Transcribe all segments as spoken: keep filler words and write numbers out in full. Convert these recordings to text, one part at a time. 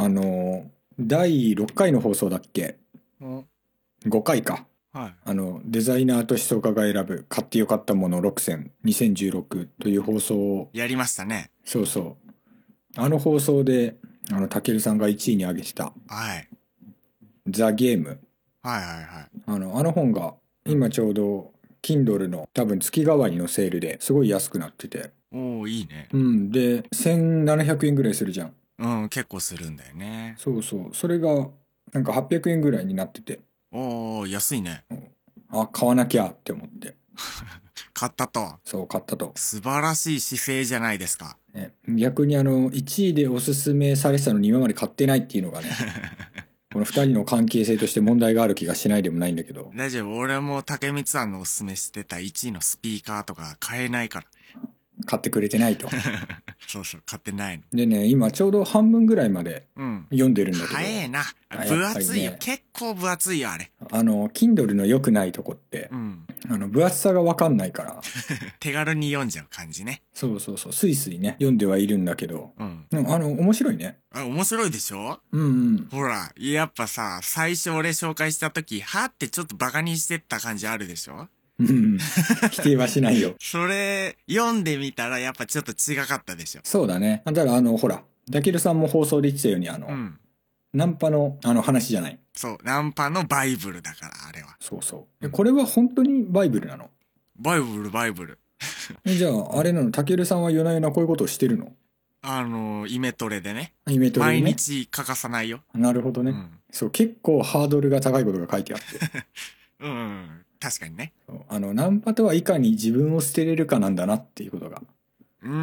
のだいろっかいの放送だっけ。 おごかいか。 はいあのデザイナーと思想家が選ぶ買ってよかったものろくせんにせんじゅうろくという放送を、 やりましたね。 そうそう、あの放送であのたけるさんがいちいに挙げてたはいザ・ゲーム、 はいはいはい。 あのあの本が今ちょうど Kindle の多分月替わりのセールですごい安くなってて、 おお、いいね。 うんでせんななひゃくえんぐらいするじゃん。 うん、結構するんだよね。 そうそう、それがなんかはっぴゃくえんぐらいになってて、 おお、安いね。 あ、買わなきゃって思って、 買ったと。 そう買ったと、 素晴らしい姿勢じゃないですか。 ね、逆にあのいちいでおすすめされてたのに今まで買ってないっていうのがねこのふたりの関係性として問題がある気がしないでもないんだけど。 大丈夫。俺も竹光さんのおすすめしてたいちいのスピーカーとか買えないから。 買ってくれてないとそうそう、買ってないの。 でね、今ちょうど半分ぐらいまでうん。 読んでるんだけど、 早えな。 あ分厚いよ、 やっぱりね結構分厚いよ、あれ。 あの Kindle の良くないとこって、 うん。 あの分厚さが分かんないから手軽に読んじゃう感じね。 そうそうそう、スイスイね読んではいるんだけど、 うん。 でもあの面白いね。 あ、面白いでしょ？ うんうん。 ほら、やっぱさ、最初俺紹介した時、はってちょっとバカにしてった感じあるでしょ？ うん否定はしないよそれ、読んでみたらやっぱちょっと違かったでしょ？ そうだね。だからあのほらダケルさんも放送で言ってたように、あの、 うん。 ナンパのあの話じゃない。 そう、ナンパのバイブルだから、あれは。 そうそう。でこれは本当にバイブルなの？ バイブル、バイブル。 えじゃああれなの、タケルさんは夜な夜なこういうことをしてるの？ あの、イメトレでね。 イメトレでね。 毎日欠かさないよ。 なるほどね、 うん。 そう結構ハードルが高いことが書いてあってうん、確かにね。 そうあのナンパとはいかに自分を捨てれるかなんだなっていうことが。 うーん、うー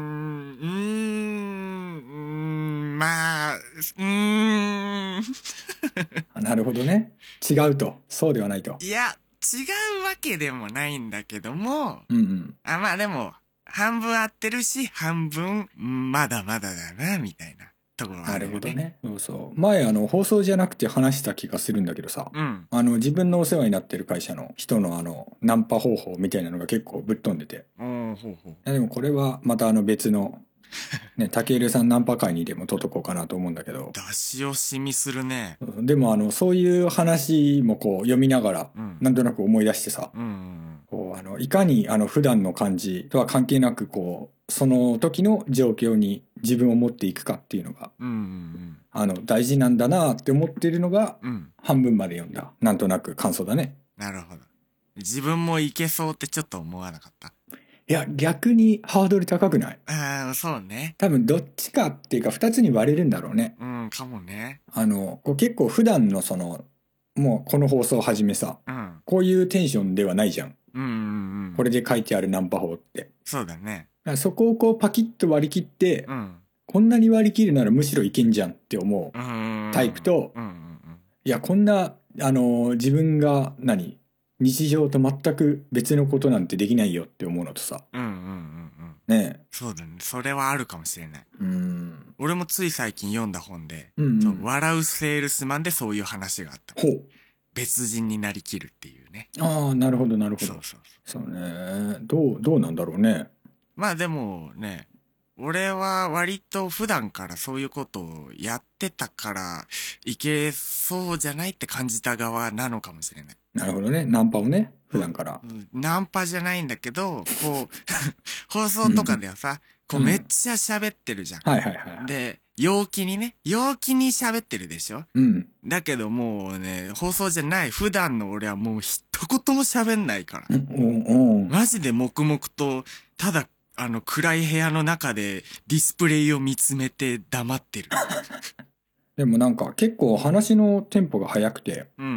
ん、うーん、まあ、うーん。 あなるほどね。違うと。そうではないと。 いや、違うわけでもないんだけども、 うんうん。 あ、まあでも、半分合ってるし、半分、うんまだまだだな、みたいなところはなあるよね。 るほどね。そうそう。前あの放送じゃなくて話した気がするんだけどさ、 うん。 あの自分のお世話になってる会社の人のあのナンパ方法みたいなのが結構ぶっ飛んでて。 おー、ほうほう。 いやでもこれはまたあの別のね、タケルさんナンパ会にでもとっとこうかなと思うんだけど。 出し惜しみするね。 でもあのそういう話もこう読みながらうんなんとなく思い出してさ、 うんうんこうあのいかにあの普段の感じとは関係なくこうその時の状況に自分を持っていくかっていうのがうん。うんうんあの大事なんだなって思ってるのがうん。うん。 半分まで読んだなんとなく感想だね。 なるほど。自分もいけそうってちょっと思わなかった？ いや逆にハードル高くない？ ああ、そうね。 多分どっちかっていうかふたつに割れるんだろうね。 うん、かもね。 あのこう結構普段のそのもうこの放送をはじめさ、 うん。 こういうテンションではないじゃん。 うんうんうん。 これで書いてあるナンパ法って。 そうだね。 だからそこをこうパキッと割り切って、 うん。 こんなに割り切るならむしろいけんじゃんって思ううん。 タイプと、 うんうんいやこんなあの自分が何日常と全く別のことなんてできないよって思うのとさ、 うん。うんうんうんうん。 ねえ。 そうだね。それはあるかもしれない。 うーん。 俺もつい最近読んだ本で、 うんうんそう笑うセールスマンでそういう話があった。 ほう。 別人になりきるっていうね。 ああなるほどなるほど。 そうそうそう。 そうね。どうどうなんだろうね。 まあでもね、俺は割と普段からそういうことをやってたからいけそうじゃないって感じた側なのかもしれない。 なるほどね。ナンパをね普段から。 うん、ナンパじゃないんだけど、こう、放送とかではさ、こうめっちゃ喋ってるじゃん。 はいはいはい。 で、陽気にね、陽気に喋ってるでしょ？ うん。 だけどもうね、放送じゃない普段の俺はもう一言も喋んないから。 おお。 マジで黙々と、ただ、あの暗い部屋の中でディスプレイを見つめて黙ってる。 でもなんか結構話のテンポが速くて、 うんうんうん。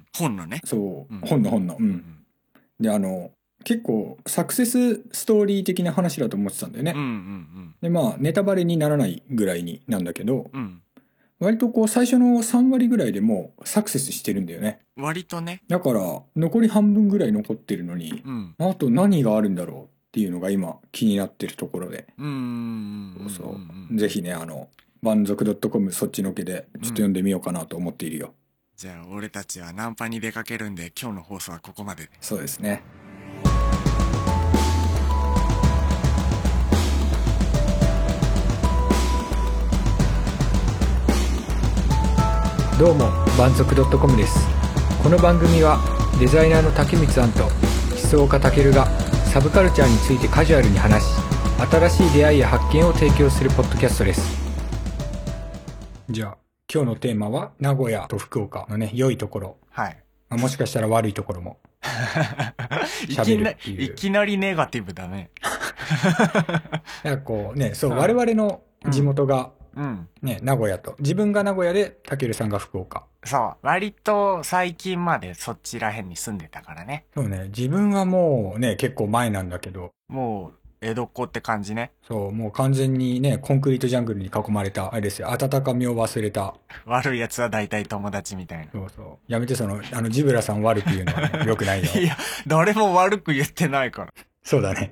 本のね。 そう、 うん本の本の、う。 うんん。 であの結構サクセスストーリー的な話だと思ってたんだよね。 うんうんでまあネタバレにならないぐらいになんだけど、 うん。うん。 割とこう最初のさん割ぐらいでもうサクセスしてるんだよね。 割とね。 だから残り半分ぐらい残ってるのに、 うん。 あと何があるんだろうっていうのが今気になってるところで、 うんうんうんうん。 そうそうぜひねあの満足 .com そっちのけでちょっと読んでみようかなと思っているよ。 じゃあ俺たちはナンパに出かけるんで今日の放送はここまでで。 そうですね。 どうも万足 .com です。この番組はデザイナーの竹光庵と思想家たけるがサブカルチャーについてカジュアルに話し、新しい出会いや発見を提供するポッドキャストです。じゃあ今日のテーマは名古屋と福岡のね良いところ、 はい、 まあ、もしかしたら悪いところも喋るっていう。 いきなりネガティブだね。 なんかこうね、そう、我々の地元が、 うん、 ね、名古屋と、自分が名古屋でたけるさんが福岡。 そう、割と最近までそっちら辺に住んでたからね。 そうね、自分はもうね結構前なんだけど、 もう江戸っ子って感じね。 そう、もう完全にねコンクリートジャングルに囲まれたあれですよ。温かみを忘れた。 悪いやつは大体友達みたいな。 そうそう。やめてそのあのジブラさん悪く言うのはねよくないよ。 いや、誰も悪く言ってないから。 そうだね。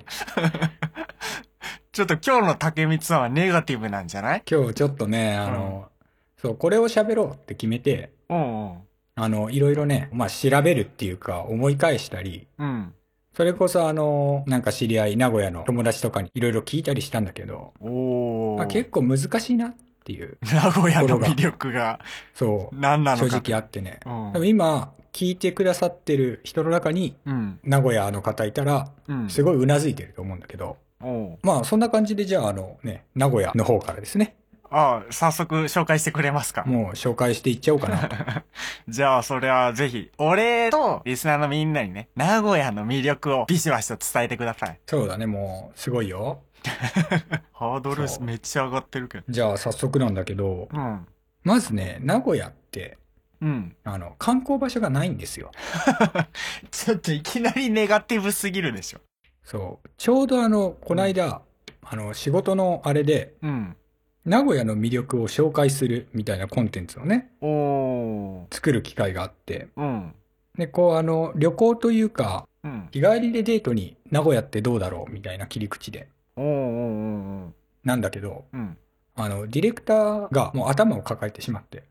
ちょっと今日の竹光さんはネガティブなんじゃない？ 今日ちょっとね、あの、うん、そう、これを喋ろうって決めて、 うんうん、 あの、いろいろね、まあ調べるっていうか思い返したり、 うん、 それこそあの、なんか知り合い、名古屋の友達とかにいろいろ聞いたりしたんだけど、 おー、 あ、結構難しいなっていう。 名古屋の魅力が、 そう、 何なのか。 正直あってね。 うん、 多分今、聞いてくださってる人の中に、うん、名古屋の方いたら、うん、すごいうなずいてると思うんだけど、まあそんな感じでじゃああのね名古屋の方からですね。 ああ、早速紹介してくれますか？ もう紹介していっちゃおうかなと。 じゃあそれはぜひ俺とリスナーのみんなにね名古屋の魅力をビシバシと伝えてください。 そうだね、もうすごいよ。 ハードルめっちゃ上がってるけど。 じゃあ早速なんだけど、 うん、 まずね名古屋って、 うん、 あの観光場所がないんですよ。 ちょっといきなりネガティブすぎるでしょ。 そう、ちょうどあのこの間、うん、あの仕事のあれで、うん、名古屋の魅力を紹介するみたいなコンテンツをね、お作る機会があって、うん、でこうあの旅行というか、うん、日帰りでデートに名古屋ってどうだろうみたいな切り口で、おおなんだけど、うん、あのディレクターがもう頭を抱えてしまって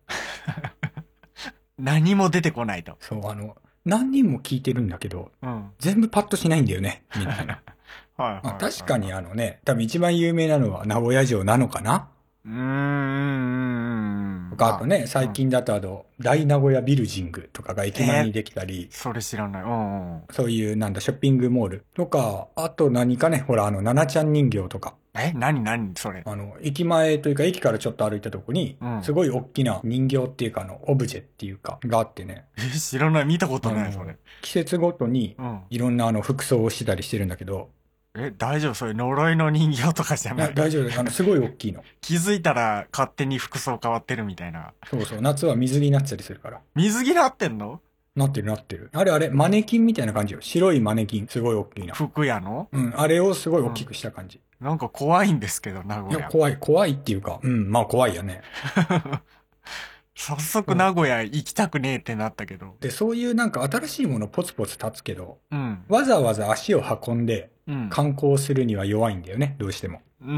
何も出てこないと。 そう、あの何人も聞いてるんだけど、うん、全部パッとしないんだよねみたいな。はいはいはい、まあ、確かにあのね、多分一番有名なのは名古屋城なのかな。うーん。とかあとね、最近だとあの、うん、大名古屋ビルジングとかが駅前にできたり、 えー、それ知らない。うんうん、 そういうなんだショッピングモールとか、あと何かね、ほらあの、ななちゃん人形とか。 え、何何それ。 あの、駅前というか駅からちょっと歩いたとこに、うん、すごい大きな人形っていうかあの、オブジェっていうか、があってね。 え、知らない。見たことない、それ。 季節ごとに、いろんなあの、服装をしたりしてるんだけど、 え、大丈夫？それ呪いの人形とかじゃない？ 大丈夫。あの、すごい大きいの。 気づいたら勝手に服装変わってるみたいな。 そうそう。夏は水着になったりするから。 水着なってんの？ なってるなってる。あれあれ、マネキンみたいな感じよ。白いマネキン。すごい大きいな。 服屋の？ うん。あれをすごい大きくした感じ。 うん、なんか怖いんですけど、名古屋。 いや、怖い。怖いっていうか。うん。まあ怖いよね。 早速名古屋行きたくねえってなったけど。 で、そういうなんか新しいものポツポツ立つけど、うん、わざわざ足を運んで観光するには弱いんだよね、どうしても。 うん、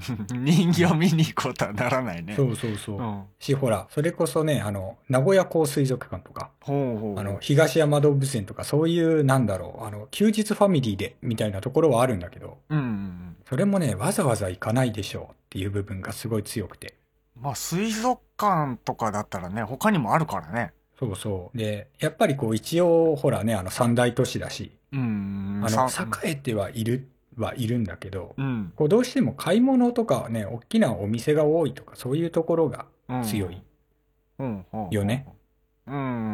人形見に行こうとはならないね。 そうそうそう。うん、し、ほら、それこそね、あの、名古屋港水族館とか、ほうほう、あの、東山動物園とか、そういう、なんだろう、あの、休日ファミリーで、みたいなところはあるんだけど、うん、それもね、わざわざ行かないでしょうっていう部分がすごい強くて。 まあ、水族館とかだったらね、他にもあるからね。 そうそう。で、やっぱりこう、一応、ほらね、あの、三大都市だし、うん、あの、栄えてはいる、はいるんだけど、うん、こうどうしても買い物とかね、大きなお店が多いとか、そういうところが強いよね。うん、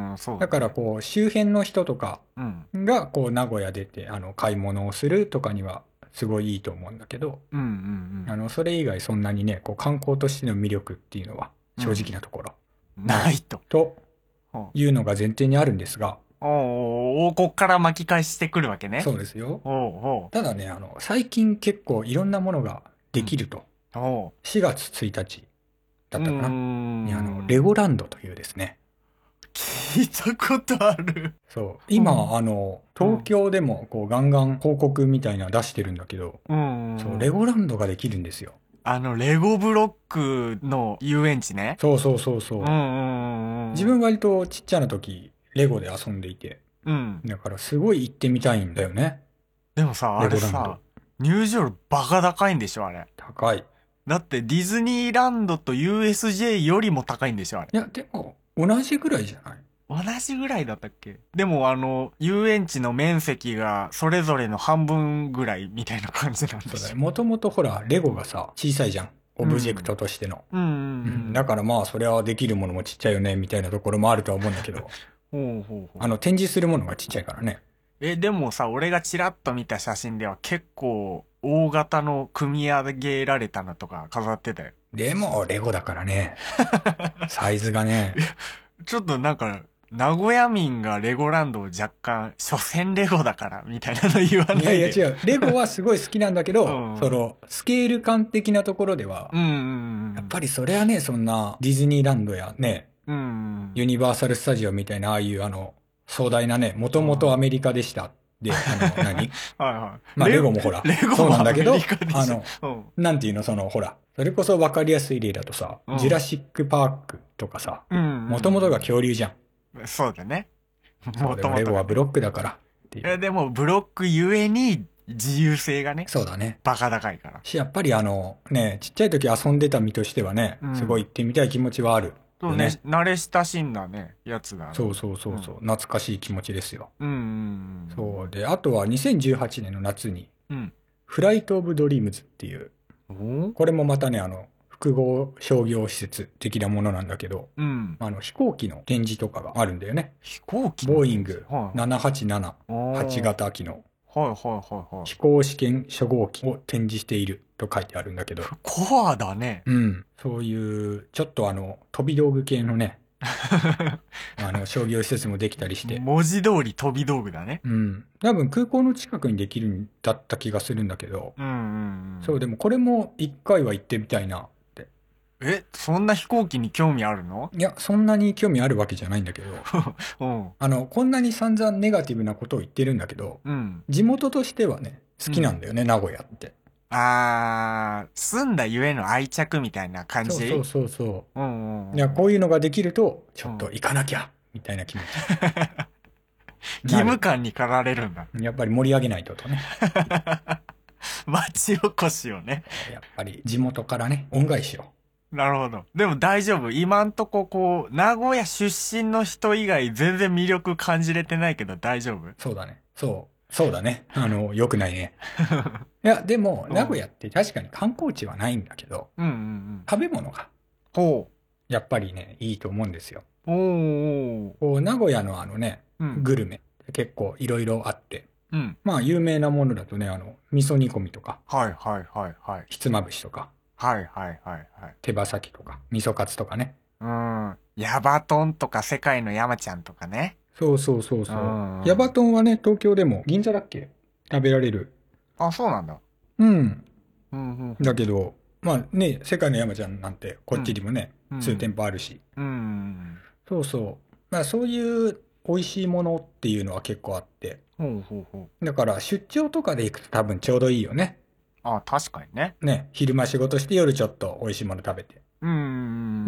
そう。だからこう周辺の人とかがこう名古屋出てあの買い物をするとかにはすごいいいと思うんだけど、うんうんうん、あのそれ以外そんなにね、こう観光としての魅力っていうのは正直なところ、 うん、ないと。 というのが前提にあるんですが。 おお、こっから巻き返してくるわけね。 そうですよ。おお、ただね、あの最近結構いろんなものができると、うん、おしがつついたちだったかなにあのレゴランドというですね。 聞いたことある。 そう今、うん、あの東京でもこうガンガン広告みたいな出してるんだけど、うん、そうレゴランドができるんですよ。 あのレゴブロックの遊園地ね。 そうそうそうそう。うんうんうん、自分割とちっちゃな時レゴで遊んでいて、うん、だからすごい行ってみたいんだよね。 でもさ、あれさ、入場料バカ高いんでしょあれ。 高い。 だってディズニーランドと ユーエスジェー よりも高いんでしょあれ。 いやでも同じぐらいじゃない？ 同じぐらいだったっけ？でもあの、遊園地の面積がそれぞれの半分ぐらいみたいな感じなんですよ。 そうだね。もともとほら、レゴがさ、小さいじゃん。オブジェクトとしての。 うん。うんうんうん。 だからまあ、それはできるものもちっちゃいよね、みたいなところもあるとは思うんだけど。 ほうほうほう。 あの、展示するものがちっちゃいからね。 え、でもさ、俺がチラッと見た写真では結構大型の組み上げられたのとか飾ってたよ。 でも、レゴだからね。サイズがね。 ちょっとなんか、名古屋民がレゴランドを若干、所詮レゴだから、みたいなの言わないで。 いやいや違う。レゴはすごい好きなんだけど、うん、その、スケール感的なところでは、 うんうんうん、 やっぱりそれはね、そんな、ディズニーランドやね、 うんうん、 ユニバーサルスタジオみたいな、ああいうあの、壮大なね、もともとアメリカでした。で、あの、何はいはい。 まあ、レゴもほら、 レゴもそうなんだけど、あの、 うん、なんていうの、その、ほら、それこそ分かりやすい例だとさ、うん、ジュラシックパークとかさ、もともとが恐竜じゃん。そうだね。 もともと。レゴはブロックだからっていう。 いや、でも、ブロックゆえに、自由性がね。 そうだね。 バカ高いから。 し、やっぱりあの、ね、ちっちゃい時遊んでた身としてはね、うん、すごい行ってみたい気持ちはある。 そうね。慣れ親しんだね、やつだ、ね。 そうそうそうそう、うん、懐かしい気持ちですよ。 うんうんうん。 そう。で、あとはにせんじゅうはちねんの夏に、 うん、 フライトオブドリームズっていう、これもまたね、あの、複合商業施設的なものなんだけど、 うん、 あの飛行機の展示とかがあるんだよね。 飛行機ボーイングななはちななはち型機の飛行試験初号機を展示していると書いてあるんだけど。 コアだね。 うん。そういう、ちょっとあの、飛び道具系のね、あの、商業施設もできたりして。 文字通り飛び道具だね。 うん。多分空港の近くにできるんだった気がするんだけど。 うんうんうん。 そう、でもこれも一回は行ってみたいなって。 え、そんな飛行機に興味あるの？ いや、そんなに興味あるわけじゃないんだけど。 うん、 あの、こんなに散々ネガティブなことを言ってるんだけど、 うん、 地元としてはね、好きなんだよね、うん、名古屋って。 あー、住んだゆえの愛着みたいな感じ？ そうそうそうそう。 うんうん、 いや、こういうのができると、ちょっと行かなきゃ、みたいな気持ち。 義務感に駆られるんだ。 やっぱり盛り上げないととね。 町おこしをね。 やっぱり地元からね、恩返しを。 なるほど。でも大丈夫。今んとここう、名古屋出身の人以外全然魅力感じれてないけど大丈夫？ そうだね。そう。そうだね。あの、良くないね。いや、でも、名古屋って確かに観光地はないんだけど、 うんうんうん、 食べ物が、 ほう。やっぱりね、いいと思うんですよ。 おーこう名古屋のあのね、 うん、 グルメ、結構いろいろあって、 うん、 まあ、有名なものだとね、あの、味噌煮込みとか、 はいはいはいはい。 ひつまぶしとか、 はいはいはいはい。 手羽先とか、味噌カツとかね。 うん。ヤバトンとか世界の山ちゃんとかね。 そうそうそうそう。ヤバトンはね、東京でも銀座だっけ？食べられる。 あ、そうなんだ。 うん。 うんうん、 だけど、まあね、世界の山ちゃんなんてこっちにもね、うん、数店舗あるし。 うん。 そうそう。まあそういう美味しいものっていうのは結構あって。 ほうほうほう。だから出張とかで行くと多分ちょうどいいよね。 あ、確かにね。 ね、昼間仕事して夜ちょっと美味しいもの食べて。 うん。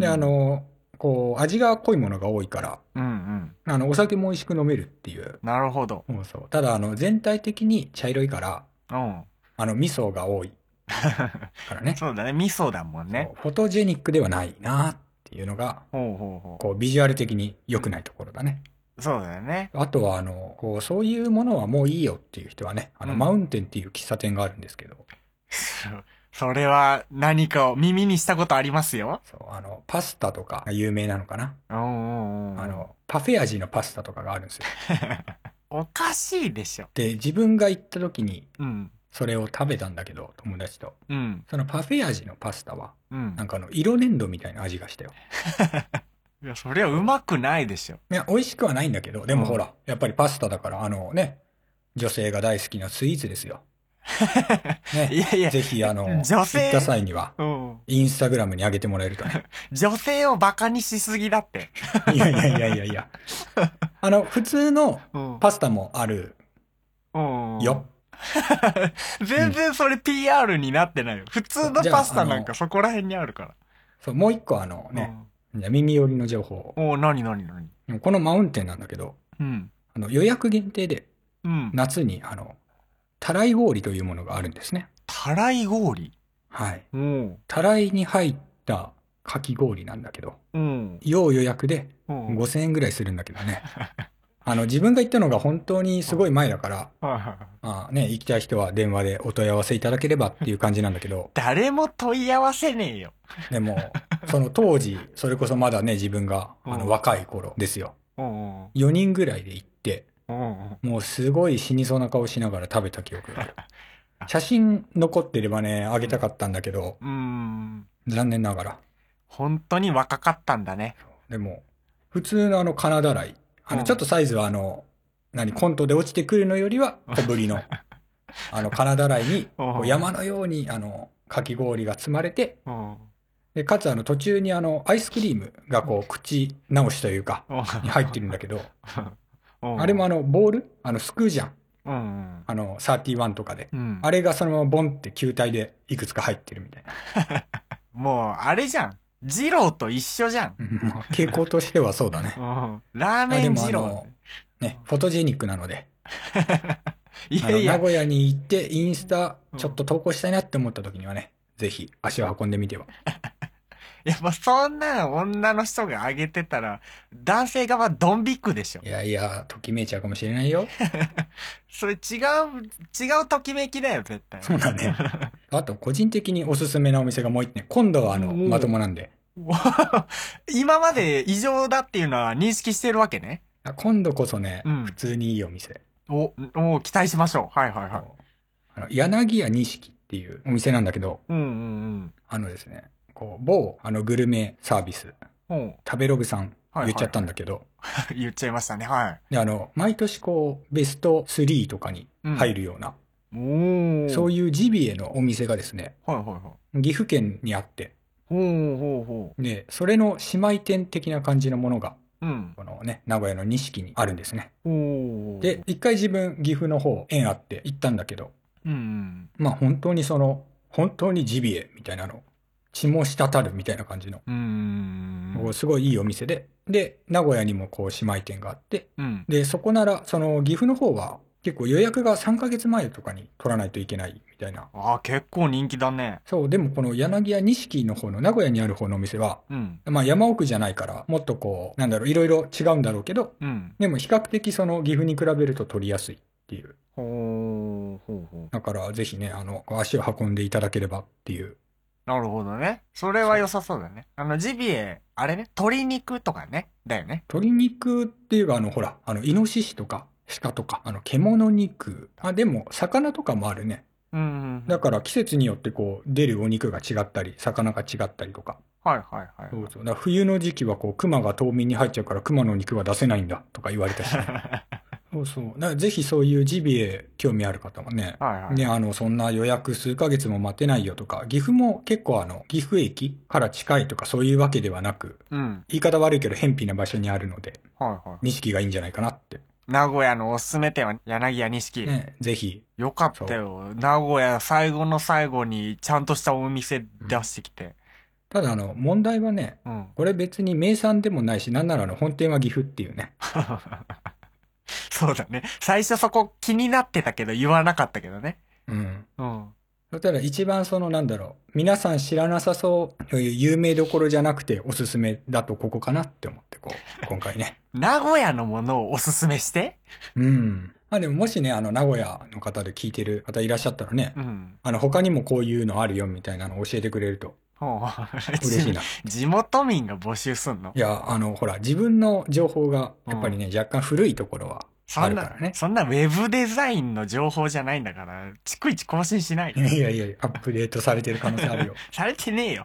で、あの、こう、味が濃いものが多いから、 うんうん。 あの、お酒も美味しく飲めるっていう。 なるほど。 そうそう。ただ、あの、全体的に茶色いから、 うん。 あの、味噌が多い。からね。 そうだね。味噌だもんね。 フォトジェニックではないなっていうのが、 ほうほうほう。 こう、ビジュアル的に良くないところだね。 そうだよね。 あとは、あの、こう、そういうものはもういいよっていう人はね、あの、うん、マウンテンっていう喫茶店があるんですけど。 それは何かを耳にしたことありますよ。 そう、あの、パスタとかが有名なのかな。 おーおーあの、パフェ味のパスタとかがあるんですよ。 おかしいでしょ。 で、自分が行った時に、 うん。 それを食べたんだけど、友達と。 うん。 そのパフェ味のパスタは、 うん。 なんかあの、色粘土みたいな味がしたよ。 いや、そりゃうまくないでしょ。 いや、美味しくはないんだけど、でもほら、うん、やっぱりパスタだから、あのね、女性が大好きなスイーツですよ。ね、いやいや、ぜひあの、女性行った際には、うん、インスタグラムに上げてもらえるとね。 女性をバカにしすぎだって。 いやいやいやいやいや。あの、普通のパスタもあるよ。 全然それ ピーアール になってないよ。普通のパスタなんかそこら辺にあるから。 そう、もう一個あのね、うん、じゃ耳寄りの情報。 おなになになにこのマウンテンなんだけど、 うん、 あの予約限定で、 うん、 夏にあの、たらい氷というものがあるんですね。 たらい氷？ はい。 うん。 たらいに入ったかき氷なんだけど、うん、要予約でごせんえんぐらいするんだけどね。あの、自分が行ったのが本当にすごい前だから、まあね、行きたい人は電話でお問い合わせいただければっていう感じなんだけど。 誰も問い合わせねえよ。 でも、その当時、それこそまだね、自分があの若い頃ですよ。よにんぐらいで行って、もうすごい死にそうな顔しながら食べた記憶がある。写真残ってればね、あげたかったんだけど、うん、残念ながら。 本当に若かったんだね。 でも、普通のあの、カナダライ。あの、ちょっとサイズはあの、何、コントで落ちてくるのよりは小ぶりの、あの、カナダライに、山のように、あの、かき氷が積まれて、で、かつあの、途中にあの、アイスクリームがこう、口直しというか、に入ってるんだけど、あれもあの、ボールあの、すくうじゃん。あの、サーティワンとかで。あれがそのままボンって球体でいくつか入ってるみたいな。 もう、あれじゃん。二郎と一緒じゃん。 傾向としてはそうだね。 ラーメン二郎。 ね、フォトジェニックなので。いやいや。名古屋に行ってインスタちょっと投稿したいなって思った時にはね、うん、ぜひ足を運んでみては。 いや、もうそんな女の人が上げてたら、男性側ドンビックでしょ。 いやいや、ときめいちゃうかもしれないよ。 それ違う、違うときめきだよ、絶対。 そうだね。あと、個人的におすすめなお店がもう一点。今度はあの、まともなんで。 今まで異常だっていうのは認識してるわけね。 今度こそね、うん、普通にいいお店。 お、お、期待しましょう。はいはいはい。 あの、柳家錦っていうお店なんだけど、うんうんうん。あのですね、こう、某、あの、グルメサービス、食べログさん、言っちゃったんだけど。 はいはいはい、言っちゃいましたね、はい。 で、あの、毎年こう、ベストスリーとかに入るような、うん、そういうジビエのお店がですね、はいはいはい、岐阜県にあって、ほうほうほう。で、それの姉妹店的な感じのものが、うん、このね、名古屋の錦にあるんですね。で、一回自分、岐阜の方、縁あって行ったんだけど、うん、まあ本当にその、本当にジビエみたいなの、血も滴るみたいな感じの、うん、すごいいいお店で、で、名古屋にもこう姉妹店があって、うん、で、そこなら、その岐阜の方は、結構予約がさんかげつまえとかに取らないといけないみたいな。 ああ、結構人気だね。 そう、でもこの柳家錦の方の名古屋にある方のお店は、うん、まあ山奥じゃないから、もっとこう、なんだろう、いろいろ違うんだろうけど、うん、でも比較的その岐阜に比べると取りやすいっていう。ほうほうほう。だからぜひね、あの、足を運んでいただければっていう。 なるほどね。それは良さそうだね。あの、ジビエ、あれね、鶏肉とかね、だよね。 鶏肉っていうか、あの、ほら、あの、イノシシとか、鹿とか、あの、獣肉。あ、でも、魚とかもあるね。うんうんうん、だから季節によってこう、出るお肉が違ったり、魚が違ったりとか。はいはいはい、はい。そうそう。だから冬の時期はこう、熊が冬眠に入っちゃうから、熊の肉は出せないんだとか言われたし、ね。そうそう。だからぜひそういうジビエ興味ある方はね、はいはい、ね、あの、そんな予約数ヶ月も待てないよとか、岐阜も結構あの、岐阜駅から近いとかそういうわけではなく、うん、言い方悪いけど、偏僻な場所にあるので、はいはい、錦がいいんじゃないかなって。 名古屋のおすすめ店は柳家錦。 ね、ぜひ。 よかったよ。名古屋最後の最後にちゃんとしたお店出してきて。うん、 ただあの、問題はね、うん、これ別に名産でもないし、なんならあの、本店は岐阜っていうね。 そうだね。最初そこ気になってたけど言わなかったけどね。うん。 うん。だから一番そのなんだろう。皆さん知らなさそう、そういう有名どころじゃなくておすすめだとここかなって思ってこう、今回ね。 名古屋のものをおすすめして？ うん。まあでももしね、あの名古屋の方で聞いてる方いらっしゃったらね、うん、あの他にもこういうのあるよみたいなのを教えてくれると。嬉しいな。 地元民が募集すんの？ いや、あの、ほら、自分の情報が、やっぱりね、うん、若干古いところはあるからね。 そんな、そんなウェブデザインの情報じゃないんだから、逐一更新しない。 いやいやいや、アップデートされてる可能性あるよ。 されてねえよ。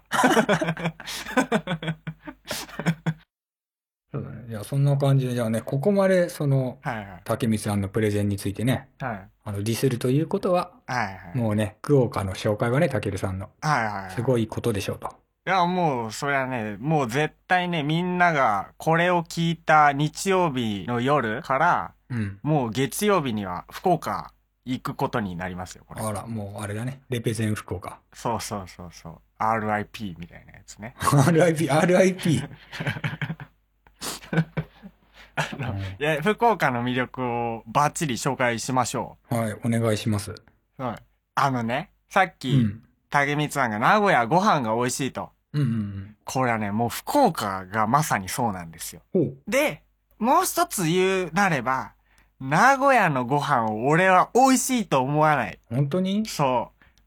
そうだね。じゃあ、そんな感じで、じゃあね、ここまで、その、はいはい、竹光さんのプレゼンについてね、はい、あの、ディスるということは、はいはい、もうね、福岡の紹介はね、竹るさんの、はいはいはい、すごいことでしょうと。 いや、もう、それはね、もう絶対ね、みんながこれを聞いた日曜日の夜から、うん、もう月曜日には福岡行くことになりますよ、これ。 あら、もうあれだね。レペゼン福岡。 そうそうそうそう。アールアイピー みたいなやつね。 アールアイピー、アールアイピー。 あの、うん、いや、福岡の魅力をバッチリ紹介しましょう。はい、お願いします。 はい。あのね、さっき、うん、竹光さんが名古屋ご飯が美味しいとうんうんうん。 これはね、もう福岡がまさにそうなんですよ。で、もう一つ言うなれば、名古屋のご飯を俺は美味しいと思わない。 本当に？ そう。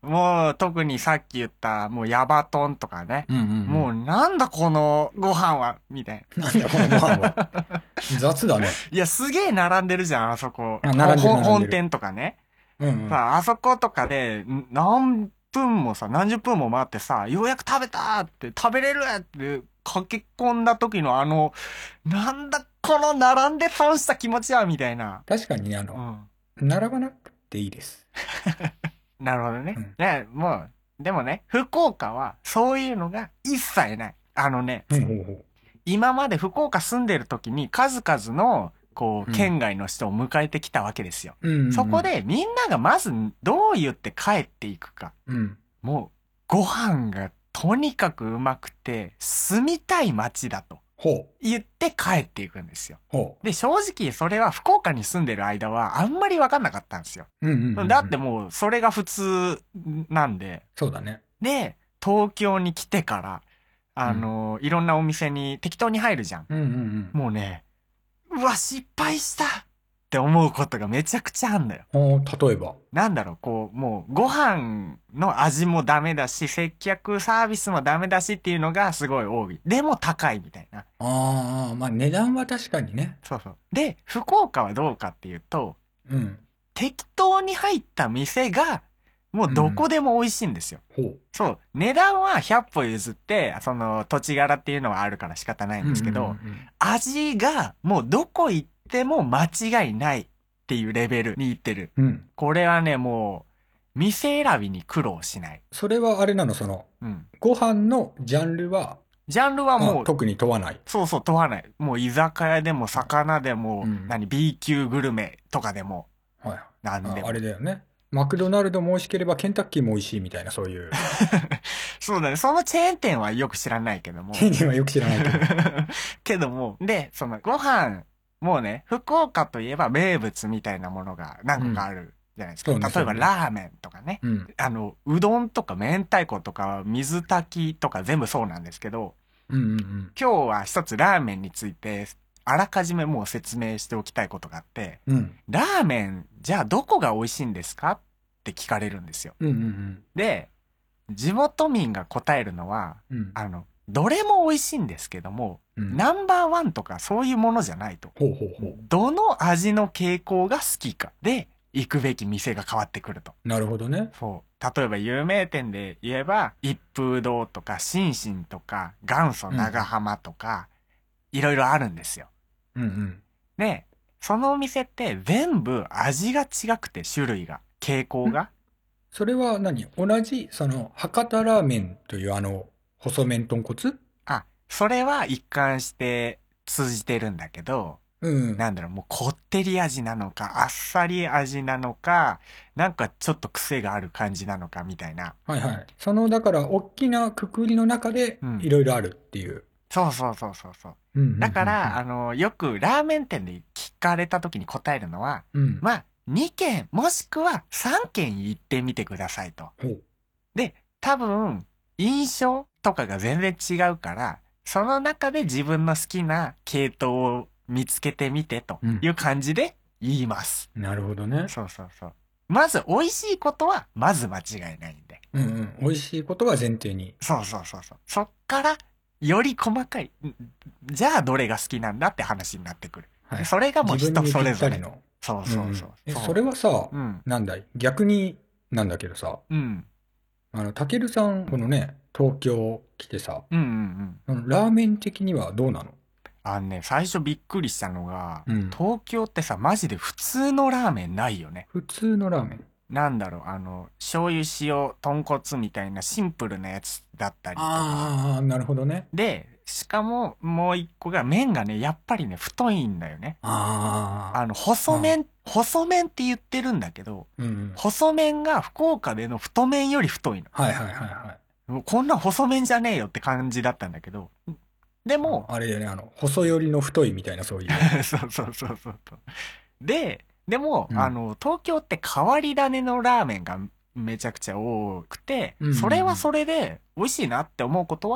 もう特にさっき言った、もうヤバトンとかね。 うんうんうん、 もうなんだこのご飯は、みたいな。なんだこのご飯は。雑だね。 いや、すげえ並んでるじゃん、あそこ。 あ、並んでる。 本店とかね。 うんうん、 さあ、あそことかで、何分もさ、何十分も待ってさ、ようやく食べたって、食べれるって駆け込んだ時のあの、なんだこの並んで損した気持ちは、みたいな。 確かにね、あの、うん、並ばなくていいです。 なるほどね。うん、ね、もう、でもね、福岡はそういうのが一切ない。あのね、 うん、ほうほう、 今まで福岡住んでる時に数々のこう、県外の人を迎えてきたわけですよ。 うんうんうん、 そこでみんながまずどう言って帰っていくか。 うん、 もう、ご飯がとにかくうまくて、住みたい街だと。言って帰っていくんですよ。で、正直それは福岡に住んでる間はあんまり分かんなかったんですよ。 うんうんうんうん、 だってもうそれが普通なんで。 そうだね。 で、東京に来てから、あの、うん、いろんなお店に適当に入るじゃん。 うんうんうん、 もうね、うわ、失敗したって思うことがめちゃくちゃあんだよ。 例えばなんだろう、こう、もう、ご飯の味もダメだし、接客サービスもダメだしっていうのがすごい多い。でも高いみたいな。 ああ、まあ値段は確かにね。 そうそう。で、福岡はどうかっていうと、 うん。 適当に入った店が、もうどこでも美味しいんですよ。 うん、 そう。値段はひゃっぽ譲って、その土地柄っていうのはあるから仕方ないんですけど、うんうんうん、味がもうどこ行っても間違いないっていうレベルに行ってる。 うん、 これはね、もう、店選びに苦労しない。 それはあれなの、その、うん、ご飯のジャンルは、 ジャンルはもう、 特に問わない。 そうそう、問わない。もう居酒屋でも魚でも、うん、何、B 級グルメとかでも、 はい。 なんでも。 あ、あれだよね。マクドナルドも美味しければケンタッキーも美味しいみたいな、そういう。 そうだね。そのチェーン店はよく知らないけども。 チェーン店はよく知らないけど。 けども、で、そのご飯、もうね、福岡といえば名物みたいなものが何個かあるじゃないですか。うん、例えばラーメンとかね、うん。あの、うどんとか明太子とか水炊きとか全部そうなんですけど、 うんうんうん、 今日は一つラーメンについて、あらかじめもう説明しておきたいことがあって、 うん、 ラーメン、じゃあどこが美味しいんですかって聞かれるんですよ。 うんうんうん、 で、地元民が答えるのは、 うん、 あの、どれも美味しいんですけども、うん、ナンバーワンとかそういうものじゃないと。 ほうほうほう。 どの味の傾向が好きかで、行くべき店が変わってくると。 なるほどね。 そう。例えば有名店で言えば、一風堂とか、心身とか、元祖長浜とか、いろいろあるんですよ。 うんうん。 で、そのお店って全部味が違くて、種類が、傾向が。 それは何？同じ、その、博多ラーメンというあの、細麺豚骨？ あ、それは一貫して通じてるんだけど、 うん、 なんだろう、もうこってり味なのか、あっさり味なのか、なんかちょっと癖がある感じなのかみたいな。 はいはい。その、だから、大きなくくりの中で、いろいろあるっていう。うん、 そうそうそうそうそう。 うんうんうんうん、 だから、あの、よくラーメン店で聞かれた時に答えるのは、 うん、 まあ、にけんもしくはさんけん行ってみてくださいと。で、多分、印象とかが全然違うから、その中で自分の好きな系統を見つけてみてという感じで言います。 うん、なるほどね。 そうそうそう。まず、美味しいことは、まず間違いないんで。 うんうん。美味しいことは前提に。 そうそうそうそう。そっから、より細かい。じゃあ、どれが好きなんだって話になってくる。はい、それがもう人それぞれ。 のそうそうそう。 うん、え、それはさ、うん、なんだい逆になんだけどさ、 うん。 あの、たけるさん、このね、東京来てさ、 うんうんうん。 ラーメン的にはどうなの？ あのね、最初びっくりしたのが、 うん、 東京ってさ、マジで普通のラーメンないよね。 普通のラーメン？ なんだろう、あの、醤油塩豚骨みたいなシンプルなやつだったりとか。 ああ、なるほどね。 で、しかももう一個が麺がね、やっぱりね、太いんだよね。 ああ。 あの、細麺、細麺って言ってるんだけど、 うんうん、 細麺が福岡での太麺より太いの。 はいはいはいはい。 もうこんな細麺じゃねえよって感じだったんだけど、でも、 あれだよね、あの、細寄りの太いみたいなそういう。 そうそうそうそう。で、でも、うん、あの、東京って変わり種のラーメンがめちゃくちゃ多くて、うんうんうん、それはそれで美味しいなって思うことは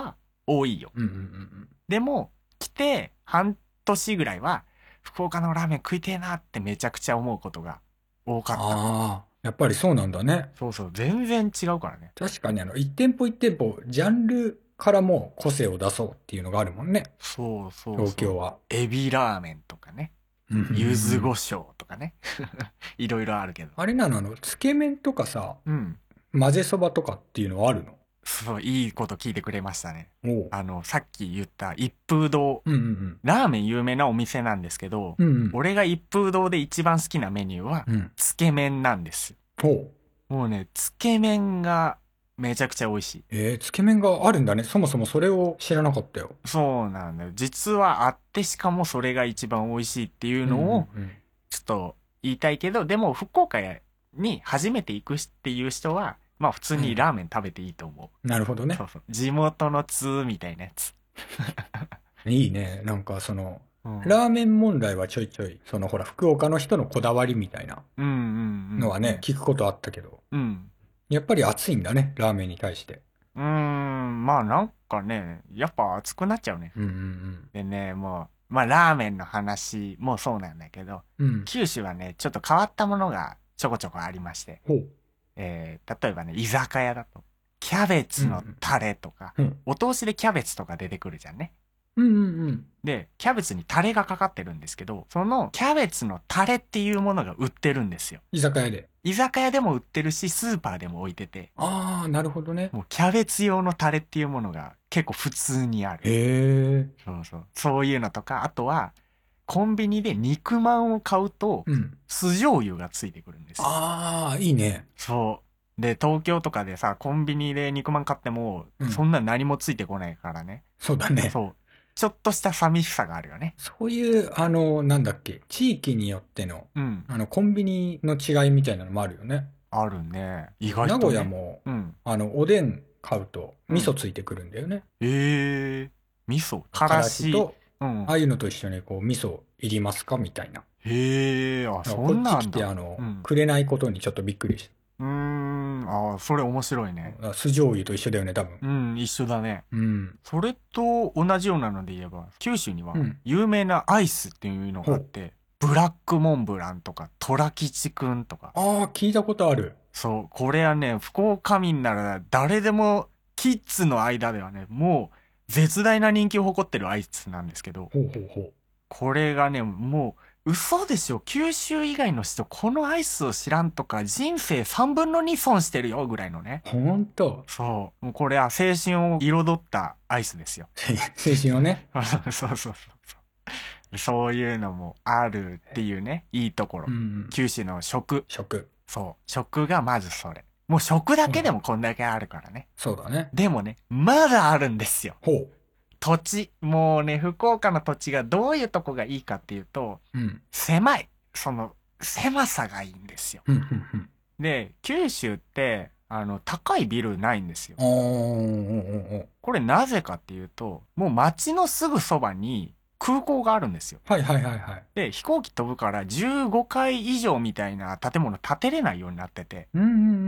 多いよ。 うんうんうん、 でも、来て半年ぐらいは、福岡のラーメン食いてえなってめちゃくちゃ思うことが多かった。ああ、やっぱりそうなんだね。 そうそう、全然違うからね。 確かにあの、一店舗一店舗、ジャンルからも個性を出そうっていうのがあるもんね。 そうそうそう。 東京は。 エビラーメンとかね。柚子胡椒とかね。いろいろあるけど。 あれなの、あの、つけ麺とかさ、 うん。 混ぜそばとかっていうのはあるの？ そう、いいこと聞いてくれましたね。 おあの、さっき言った一風堂、 うんうんうん、 ラーメン有名なお店なんですけど、 うんうん、 俺が一風堂で一番好きなメニューは、うん、つけ麺なんです。 おもうね、つけ麺がめちゃくちゃ美味しい。 えー、つけ麺があるんだね。そもそもそれを知らなかったよ。 そうなんだよ。実はあって、しかもそれが一番美味しいっていうのを、ちょっと言いたいけど、でも福岡に初めて行くっていう人は、まあ普通にラーメン食べていいと思う。 うん、なるほどね。 そうそう。地元の通みたいなやつ。 いいね。なんかその、うん、ラーメン問題はちょいちょい、そのほら、福岡の人のこだわりみたいなのはね、聞くことあったけど、うん、やっぱり熱いんだね、ラーメンに対して。 うーん、まあなんかね、やっぱ熱くなっちゃうね。 うんうんうん、 でね、もう、まあラーメンの話もそうなんだけど、うん、九州はね、ちょっと変わったものがちょこちょこありまして、ほうえー、例えばね、居酒屋だと、キャベツのタレとか、うんうん、お通しでキャベツとか出てくるじゃんね。 うんうんうん、 で、キャベツにタレがかかってるんですけど、そのキャベツのタレっていうものが売ってるんですよ。 居酒屋で。 居酒屋でも売ってるし、スーパーでも置いてて。 ああ、なるほどね。 もうキャベツ用のタレっていうものが結構普通にある。 へえ。 そうそう。そういうのとか、あとは、コンビニで肉まんを買うと、うん、酢醤油がついてくるんですよ。 ああ、いいね。 そう。で、東京とかでさ、コンビニで肉まん買っても、うん、そんな何もついてこないからね。 そうだね。 そう。ちょっとした寂しさがあるよね。 そういう、あの、なんだっけ、地域によっての、うん、あの、コンビニの違いみたいなのもあるよね。 あるね。意外と、ね。 名古屋も、うん、あの、おでん買うと、味噌ついてくるんだよね。 うん、ええー、味噌からしと、うん、ああいうのと一緒に、こう、味噌いりますかみたいな。 へえ、あ、そんなんだ。 こっち来て、あの、うん、くれないことにちょっとびっくりした。 うーん、ああ、それ面白いね。 酢醤油と一緒だよね、多分。 うん、一緒だね。うん。それと同じようなので言えば、九州には有名なアイスっていうのがあって、うん、ブラックモンブランとか、トラ吉くんとか。 ああ、聞いたことある。 そう、これはね、福岡民なら誰でも、キッズの間ではね、もう絶大な人気を誇ってるアイスなんですけど、 ほうほうほう。 これがね、もう、嘘でしょ。九州以外の人、このアイスを知らんとか、人生さんぶんのに損してるよ、ぐらいのね。 ほんと？ そう。もうこれは青春を彩ったアイスですよ。 青春をね。 そうそうそう。そういうのもあるっていうね、いいところ。うん、九州の食。 食。 そう。食がまずそれ。もう食だけでもこんだけあるからね。 そうだね。 でもね、まだあるんですよ。 ほう。 土地。もうね、福岡の土地がどういうとこがいいかっていうと、うん、狭い。その、狭さがいいんですよ。で、九州って、あの、高いビルないんですよ。これなぜかっていうと、もう街のすぐそばに空港があるんですよ。 はいはいはいはい。 で、飛行機飛ぶからじゅうごかい以上みたいな建物建てれないようになってて。 うんうんうんうん、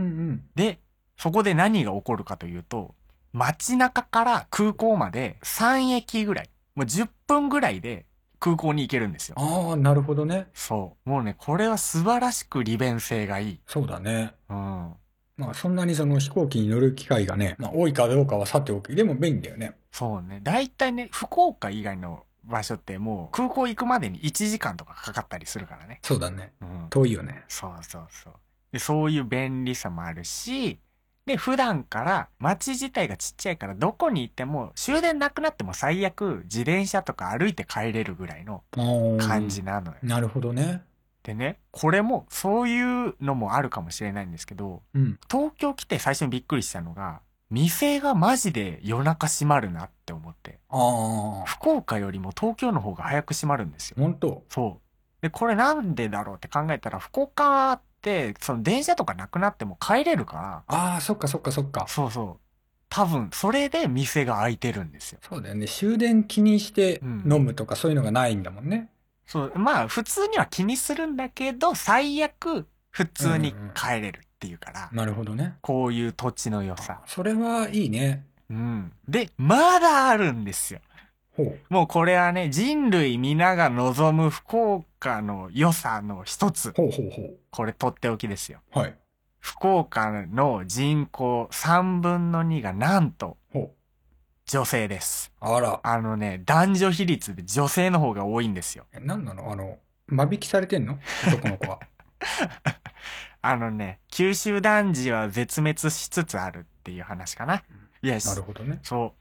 で、そこで何が起こるかというと、街中から空港までさんえきぐらい、もうじゅっぷんぐらいで空港に行けるんですよ。 ああ、なるほどね。 そう。もうね、これは素晴らしく利便性がいい。 そうだね。 うん。 まあそんなにその飛行機に乗る機会がね、まあ多いかどうかはさておき、でも便利だよね。 そうね。だいたいね、福岡以外の場所ってもう空港行くまでにいちじかんとかかかったりするからね。 そうだね。うん、遠いよね。 そうそうそう。で、そういう便利さもあるし、で、普段から街自体がちっちゃいからどこに行っても終電なくなっても最悪自転車とか歩いて帰れるぐらいの感じなのよ。 なるほどね。 でね、これもそういうのもあるかもしれないんですけど、うん、東京来て最初にびっくりしたのが、店がマジで夜中閉まるなって思って。 あ、 福岡よりも東京の方が早く閉まるんですよ。 本当？ そう。で、これなんでだろうって考えたら、福岡で、その電車とかなくなっても帰れるから。 ああ、そっかそっかそっか。 そうそう。多分、それで店が開いてるんですよ。 そうだよね。終電気にして飲むとかそういうのがないんだもんね。 うん、そう。まあ、普通には気にするんだけど、最悪、普通に帰れるっていうから。 うんうん、なるほどね。 こういう土地の良さ。 それはいいね。 ううん。で、まだあるんですよ。ほう。もうこれはね、人類皆が望む福岡の良さの一つ。 ほうほうほう。 これとっておきですよ。 はい。 福岡の人口さんぶんのにがなんと、ほう。女性です。 あら。 あのね、男女比率で女性の方が多いんですよ。 え、なんなのあの、間引きされてんの男の子は。 あのね、九州男児は絶滅しつつあるっていう話かな。 イエス。なるほどね。 そう。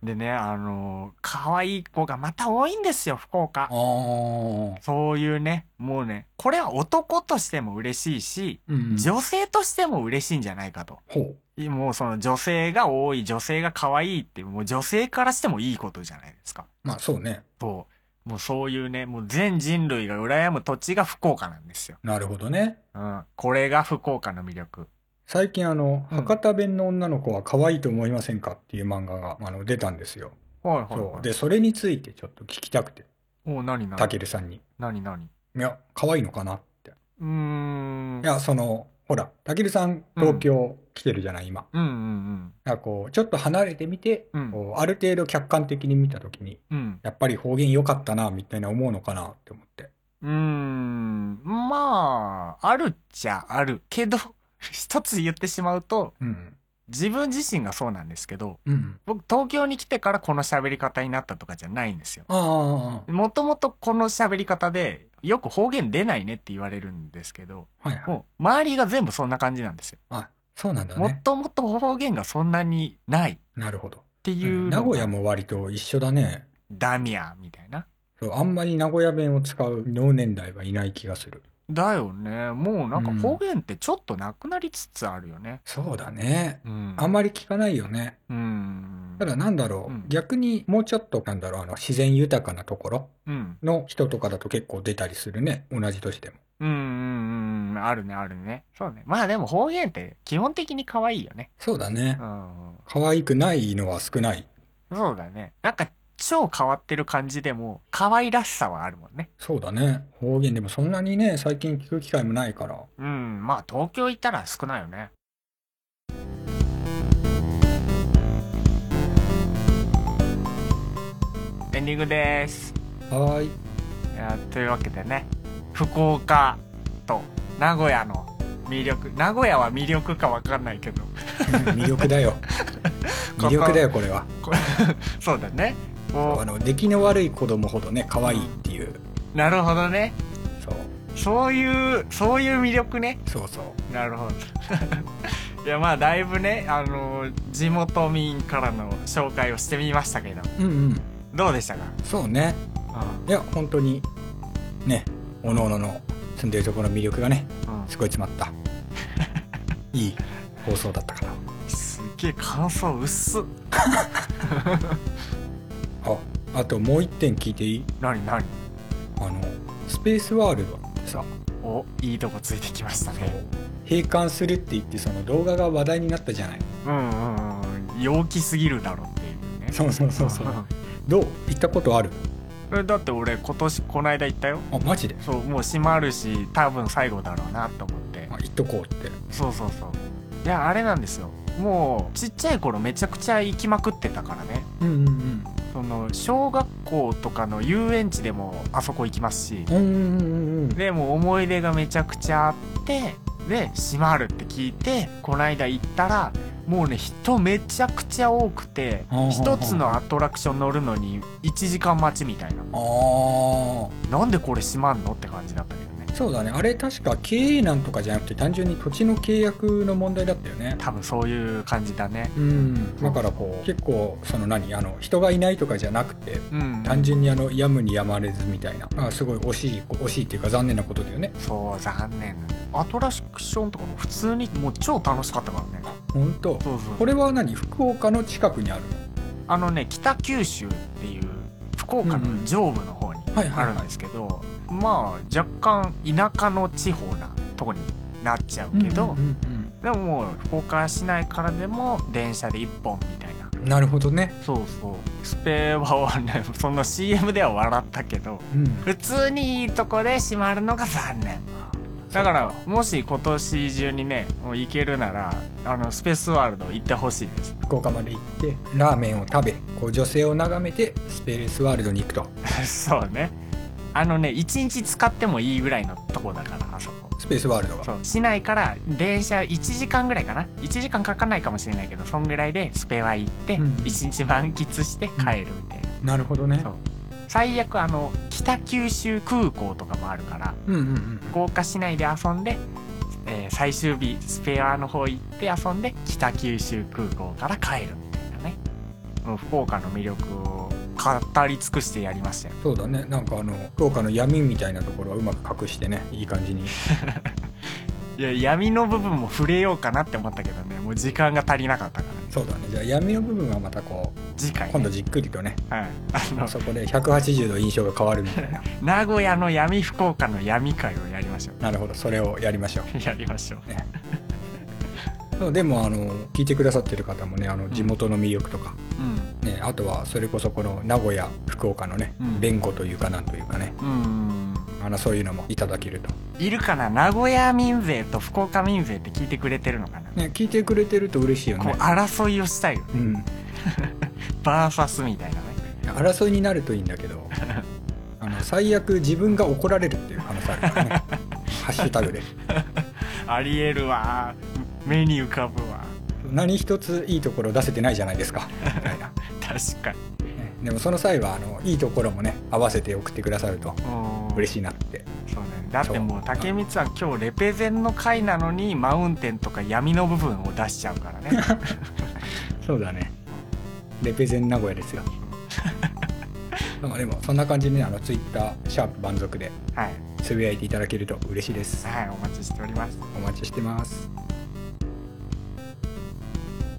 でね、あのー、可愛い子がまた多いんですよ、福岡。そういうね、もうね、これは男としても嬉しいし、うん、女性としても嬉しいんじゃないかと。ほう。もうその女性が多い、女性が可愛いって、もう女性からしてもいいことじゃないですか。 まあそうね。 そう。もうそういうね、もう全人類が羨む土地が福岡なんですよ。 なるほどね。 うん。これが福岡の魅力。 最近あの、うん、博多弁の女の子は可愛いと思いませんかっていう漫画があの出たんですよ。はいはい、はい、そう。で、それについてちょっと聞きたくて。 おう、何何たけるさんに。 何何いや、可愛いのかなって。 うーん。 いや、その、ほら、たけるさん東京来てるじゃない、今。 うんうんうん。 なんかこう、ちょっと離れてみて、うん、こうある程度客観的に見たときに、うん、やっぱり方言良かったな、みたいな思うのかなって思って。 うーん、まあ、あるっちゃあるけど、一つ言ってしまうと、うん、自分自身がそうなんですけど、うん、僕東京に来てからこの喋り方になったとかじゃないんですよ。もともとこの喋り方でよく方言出ないねって言われるんですけど、はいはい、もう周りが全部そんな感じなんですよ。 あ、そうなんだね。 もともと方言がそんなにない。 なるほど。 っていう、 うん、名古屋も割と一緒だね。 ダミアみたいな。 そう、あんまり名古屋弁を使う同年代はいない気がする。 だよね。もうなんか方言ってちょっとなくなりつつあるよね。 うん、そうだね、うん。あんまり聞かないよね。うん。ただなんだろう、うん、逆にもうちょっとなんだろう、あの自然豊かなところの人とかだと結構出たりするね。同じ年でも。 うんうんうん。あるねあるね。そうね。まあでも方言って基本的に可愛いよね。 そうだね。うん。可愛くないのは少ない。 そうだね。なんか超変わってる感じでも可愛らしさはあるもんね。 そうだね。方言でもそんなにね、最近聞く機会もないから。 うん、まあ東京行ったら少ないよね。エンディングです。 はーい。 いや、というわけでね、福岡と名古屋の魅力、名古屋は魅力か分かんないけど魅力だよ。魅力だよこれは。 そうだね。 あの出来の悪い子供ほどね可愛いっていう、 うん、なるほどね。 そうそういうそういう魅力ね。 そうそうなるほどいやまあだいぶねあの地元民からの紹介をしてみましたけど、うんうん、どうでしたか？ そうね、うん、いや本当にねおのおのの住んでるところの魅力がね、うん、すごい詰まったいい放送だったかな。 すっげえ感想薄っあ、あともう一点聞いていい？ 何何？ あのスペースワールドってさ、 お、いいとこついてきましたね。 閉館するって言ってその動画が話題になったじゃない。 うんうんうん、陽気すぎるだろっていうね。 そうそうそうそうどう？行ったことある？ え、だって俺今年この間行ったよ。 あ、マジで？ そう、もう閉まるし多分最後だろうなと思って。 あ、行っとこうって。 そうそうそう。いやあれなんですよ。もうちっちゃい頃めちゃくちゃ行きまくってたからね。うんうんうん。その小学校とかの遊園地でもあそこ行きますし、うんうんうん、でもう思い出がめちゃくちゃあってで閉まるって聞いてこの間行ったらもうね人めちゃくちゃ多くて一つのアトラクション乗るのにいちじかん待ちみたいな。あなんでこれ閉まんのって感じだったけどね。 そうだね、あれ確か経営難とかじゃなくて単純に土地の契約の問題だったよね。 多分そういう感じだね。 うんだからこう結構その何あの人がいないとかじゃなくて、うん、単純にあのやむにやまれずみたいな、あすごい惜しい惜しいっていうか残念なことだよね。 そう残念。アトラクションとかも普通にもう超楽しかったからね。 本当。そうそう。これは何福岡の近くにあるの？ あのね北九州っていう福岡の上部の方にあるんですけど、まあ若干田舎の地方なとこになっちゃうけど、うんうんうんうん、でももう福岡市内からでも電車で一本みたいな。 なるほどね。 そうそう。スペはねそんな シーエム では笑ったけど、うん、普通にいいとこで閉まるのが残念。 だからもし今年中にねもう行けるならあのスペースワールド行ってほしいです。 福岡まで行ってラーメンを食べこう女性を眺めてスペースワールドに行くとそうね、あのねいちにち使ってもいいぐらいのとこだからあそこスペースワールドがそう市内から電車いちじかんぐらいかないちじかんかかんないかもしれないけどそんぐらいでスペワ行っていちにち満喫して帰るみたいな、 うん、なるほどね。 そう最悪あの北九州空港とかもあるから、 うんうんうん、 福岡市内で遊んで、えー、最終日スペアの方行って遊んで北九州空港から帰るみたいなね、もう福岡の魅力を語り尽くしてやりましたよ。 そうだね、なんかあの福岡の闇みたいなところはうまく隠してねいい感じにいや闇の部分も触れようかなって思ったけどねもう時間が足りなかったからね。 そうだね、じゃあ闇の部分はまたこう次回、ね、 今度じっくりとね、 はい、 あのそこでひゃくはちじゅうど印象が変わるみたいな名古屋の闇福岡の闇会をやりましょう。 なるほど、それをやりましょうやりましょう、ね、 そうでもあの聞いてくださってる方もねあの地元の魅力とか、うんね、あとはそれこそこの名古屋福岡のね、うん、弁護というかなんというかね、うん、あのそういうのもいただけると。 いるかな、名古屋民勢と福岡民勢って聞いてくれてるのかな、 ね、聞いてくれてると嬉しいよね。 こう争いをしたいよね、うん、バーサスみたいなね。 争いになるといいんだけどあの最悪自分が怒られるっていう可能性あるからねハッシュタグでありえるわ、目に浮かぶわ。 何一ついいところ出せてないじゃないですかみたいな確かに、 ね、でもその際はあのいいところもね合わせて送ってくださると嬉しいなって。 そうね、だってもう竹光は今日レペゼンの回なのにマウンテンとか闇の部分を出しちゃうからねそうだね、レペゼン名古屋ですよでもそんな感じでねあのツイッターシャープ満足でつぶやいていただけると嬉しいです。 はい、お待ちしております。 お待ちしてます。